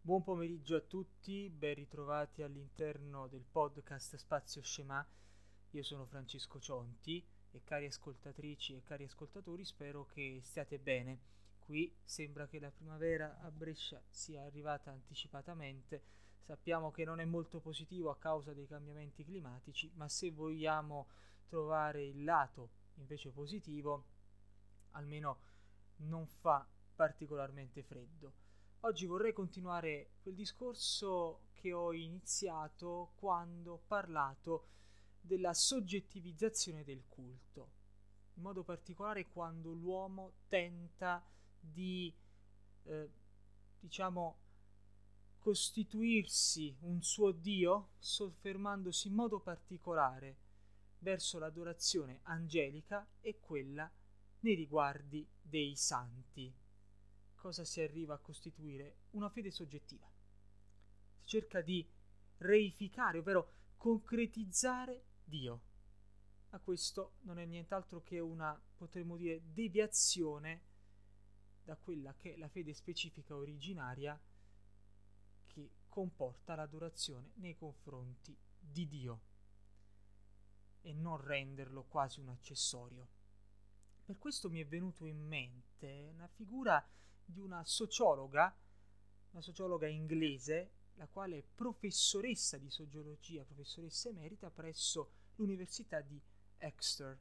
Buon pomeriggio a tutti, ben ritrovati all'interno del podcast Spazio Scemà. Io sono Francesco Cionti e cari ascoltatrici e cari ascoltatori, spero che stiate bene. Qui sembra che la primavera a Brescia sia arrivata anticipatamente. Sappiamo che non è molto positivo a causa dei cambiamenti climatici, ma se vogliamo trovare il lato invece positivo, almeno non fa particolarmente freddo. Oggi vorrei continuare quel discorso che ho iniziato quando ho parlato della soggettivizzazione del culto, in modo particolare quando l'uomo tenta di, eh, diciamo, costituirsi un suo Dio, soffermandosi in modo particolare verso l'adorazione angelica e quella nei riguardi dei santi. Cosa si arriva a costituire? Una fede soggettiva. Si cerca di reificare, ovvero concretizzare Dio. Ma questo non è nient'altro che una, potremmo dire, deviazione da quella che è la fede specifica originaria che comporta l'adorazione nei confronti di Dio e non renderlo quasi un accessorio. Per questo mi è venuto in mente una figura di una sociologa inglese, la quale è professoressa di sociologia, professoressa emerita presso l'Università di Exeter.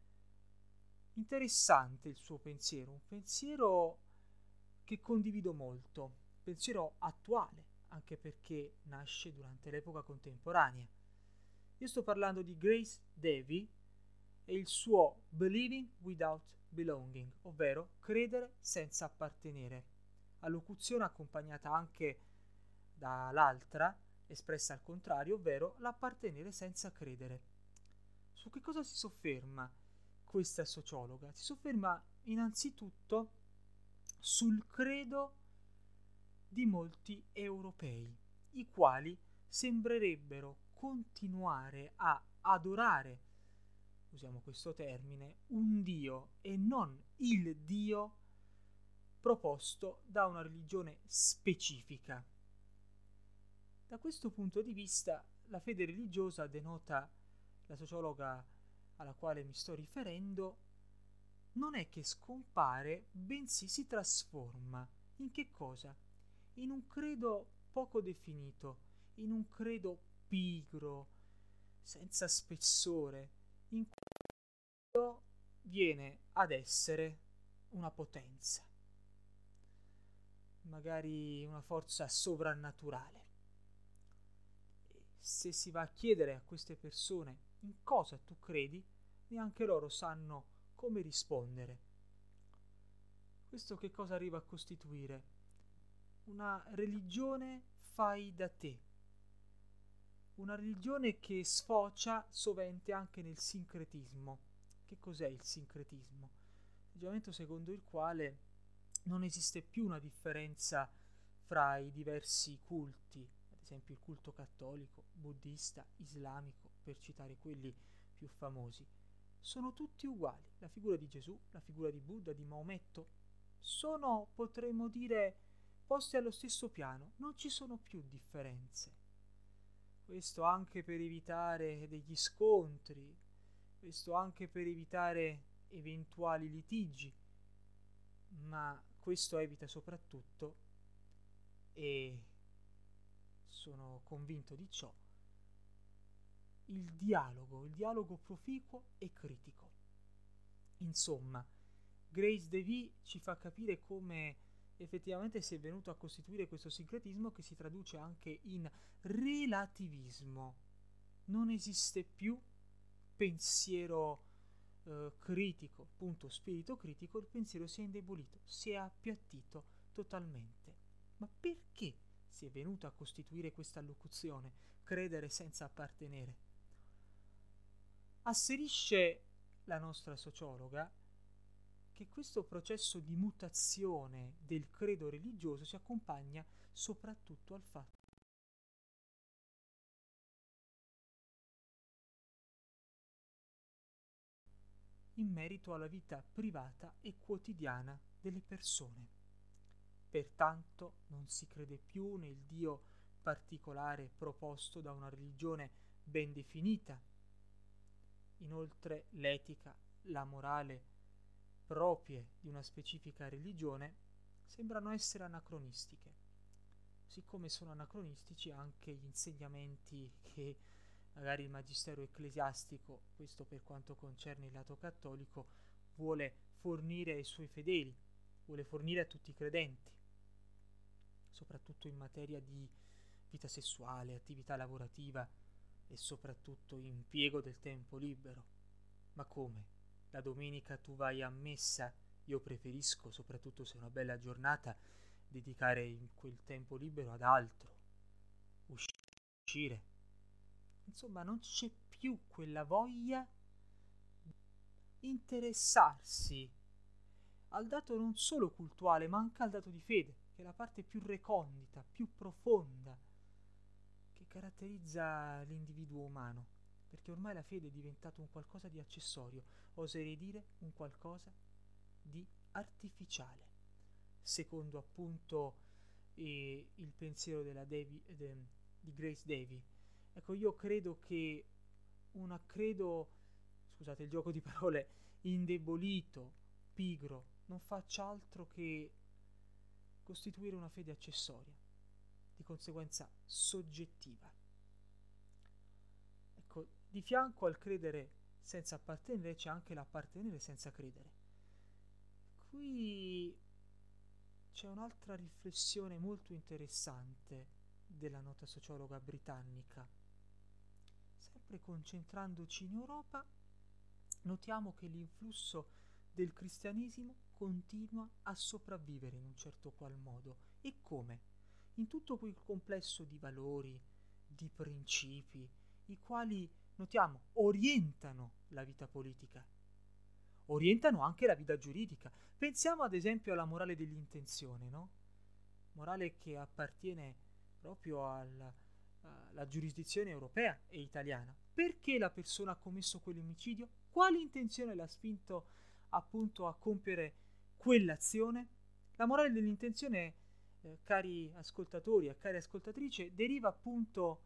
Interessante il suo pensiero, un pensiero che condivido molto, un pensiero attuale, anche perché nasce durante l'epoca contemporanea. Io sto parlando di Grace Davy e il suo Believing Without Belonging, ovvero credere senza appartenere, allocuzione accompagnata anche dall'altra, espressa al contrario, ovvero l'appartenere senza credere. Su che cosa si sofferma questa sociologa? Si sofferma innanzitutto sul credo di molti europei, i quali sembrerebbero continuare a adorare, usiamo questo termine, un Dio e non il Dio proposto da una religione specifica. Da questo punto di vista, la fede religiosa, denota la sociologa alla quale mi sto riferendo, non è che scompare, bensì si trasforma. In che cosa? In un credo poco definito, in un credo pigro, senza spessore, in cui viene ad essere una potenza, magari una forza sovrannaturale. E se si va a chiedere a queste persone in cosa tu credi, neanche loro sanno come rispondere. Questo che cosa arriva a costituire? Una religione fai da te, una religione che sfocia sovente anche nel sincretismo. Che cos'è il sincretismo? Atteggiamento secondo il quale non esiste più una differenza fra i diversi culti, ad esempio il culto cattolico, buddista, islamico, per citare quelli più famosi. Sono tutti uguali. La figura di Gesù, la figura di Buddha, di Maometto, sono, potremmo dire, posti allo stesso piano, non ci sono più differenze. Questo anche per evitare degli scontri, questo anche per evitare eventuali litigi, ma questo evita soprattutto, e sono convinto di ciò, il dialogo proficuo e critico. Insomma, Grace Davy ci fa capire come effettivamente si è venuto a costituire questo sincretismo che si traduce anche in relativismo. Non esiste più pensiero critico, appunto spirito critico, il pensiero si è indebolito, si è appiattito totalmente. Ma perché si è venuto a costituire questa allocuzione, credere senza appartenere? Asserisce la nostra sociologa che questo processo di mutazione del credo religioso si accompagna soprattutto al fatto in merito alla vita privata e quotidiana delle persone. pertanto non si crede più nel Dio particolare proposto da una religione ben definita. Inoltre l'etica, la morale proprie di una specifica religione sembrano essere anacronistiche, siccome sono anacronistici anche gli insegnamenti che magari il magistero ecclesiastico, questo per quanto concerne il lato cattolico, vuole fornire ai suoi fedeli, vuole fornire a tutti i credenti, soprattutto in materia di vita sessuale, attività lavorativa e soprattutto impiego del tempo libero. Ma come? La domenica tu vai a messa? Io preferisco, soprattutto se è una bella giornata, dedicare quel tempo libero ad altro, uscire. Insomma, non c'è più quella voglia di interessarsi al dato non solo cultuale, ma anche al dato di fede, che è la parte più recondita, più profonda, che caratterizza l'individuo umano, perché ormai la fede è diventata un qualcosa di accessorio, oserei dire un qualcosa di artificiale, secondo appunto il pensiero di Grace Davy. Ecco, io credo che scusate il gioco di parole, indebolito, pigro, non faccia altro che costituire una fede accessoria, di conseguenza soggettiva. Ecco, di fianco al credere senza appartenere c'è anche l'appartenere senza credere. Qui c'è un'altra riflessione molto interessante della nota sociologa britannica. Sempre concentrandoci in Europa, notiamo che l'influsso del cristianesimo continua a sopravvivere in un certo qual modo. E come? In tutto quel complesso di valori, di principi, i quali, notiamo, orientano la vita politica, orientano anche la vita giuridica. Pensiamo ad esempio alla morale dell'intenzione, no? Morale che appartiene proprio alla giurisdizione europea e italiana. Perché la persona ha commesso quell'omicidio? Quale intenzione l'ha spinto appunto a compiere quell'azione? La morale dell'intenzione, cari ascoltatori e cari ascoltatrici, deriva appunto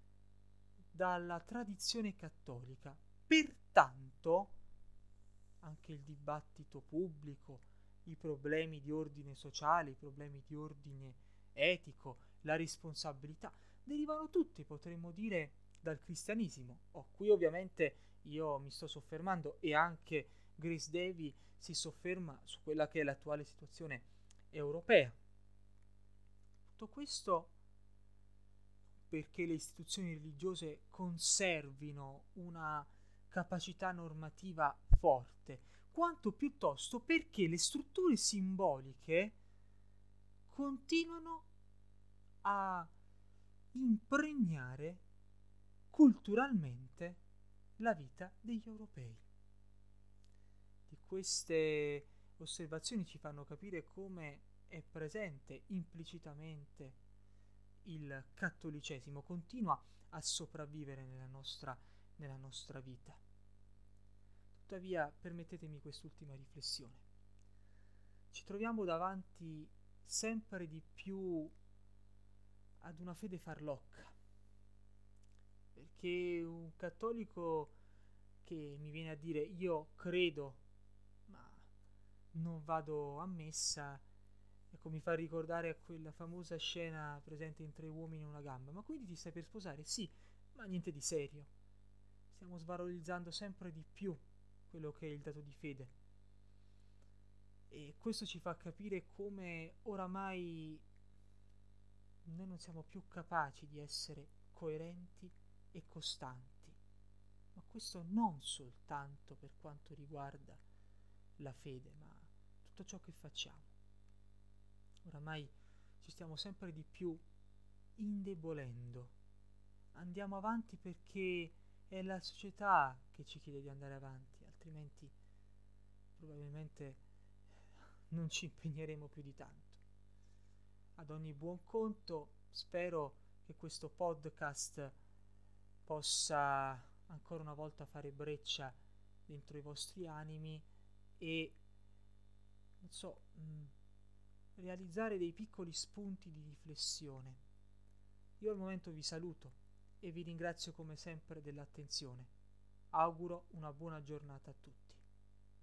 dalla tradizione cattolica. Pertanto anche il dibattito pubblico, i problemi di ordine sociale, i problemi di ordine etico, la responsabilità, derivano tutti, potremmo dire, dal cristianesimo. Qui ovviamente io mi sto soffermando e anche Grace Davy si sofferma su quella che è l'attuale situazione europea. Tutto questo perché le istituzioni religiose conservino una capacità normativa forte, quanto piuttosto perché le strutture simboliche continuano a impregnare culturalmente la vita degli europei. Di queste osservazioni ci fanno capire come è presente implicitamente il cattolicesimo, continua a sopravvivere nella nostra vita. Tuttavia, permettetemi quest'ultima riflessione. Ci troviamo davanti sempre di più ad una fede farlocca, perché un cattolico che mi viene a dire io credo, ma non vado a messa, ecco, mi fa ricordare a quella famosa scena presente in Tre uomini e una gamba. Ma quindi ti stai per sposare? Sì, ma niente di serio. Stiamo svalorizzando sempre di più quello che è il dato di fede. E questo ci fa capire come oramai noi non siamo più capaci di essere coerenti e costanti. Ma questo non soltanto per quanto riguarda la fede, ma tutto ciò che facciamo. Oramai ci stiamo sempre di più indebolendo. Andiamo avanti perché è la società che ci chiede di andare avanti, altrimenti probabilmente non ci impegneremo più di tanto. Ad ogni buon conto, spero che questo podcast possa ancora una volta fare breccia dentro i vostri animi e non so, realizzare dei piccoli spunti di riflessione. Io al momento vi saluto e vi ringrazio come sempre dell'attenzione. Auguro una buona giornata a tutti.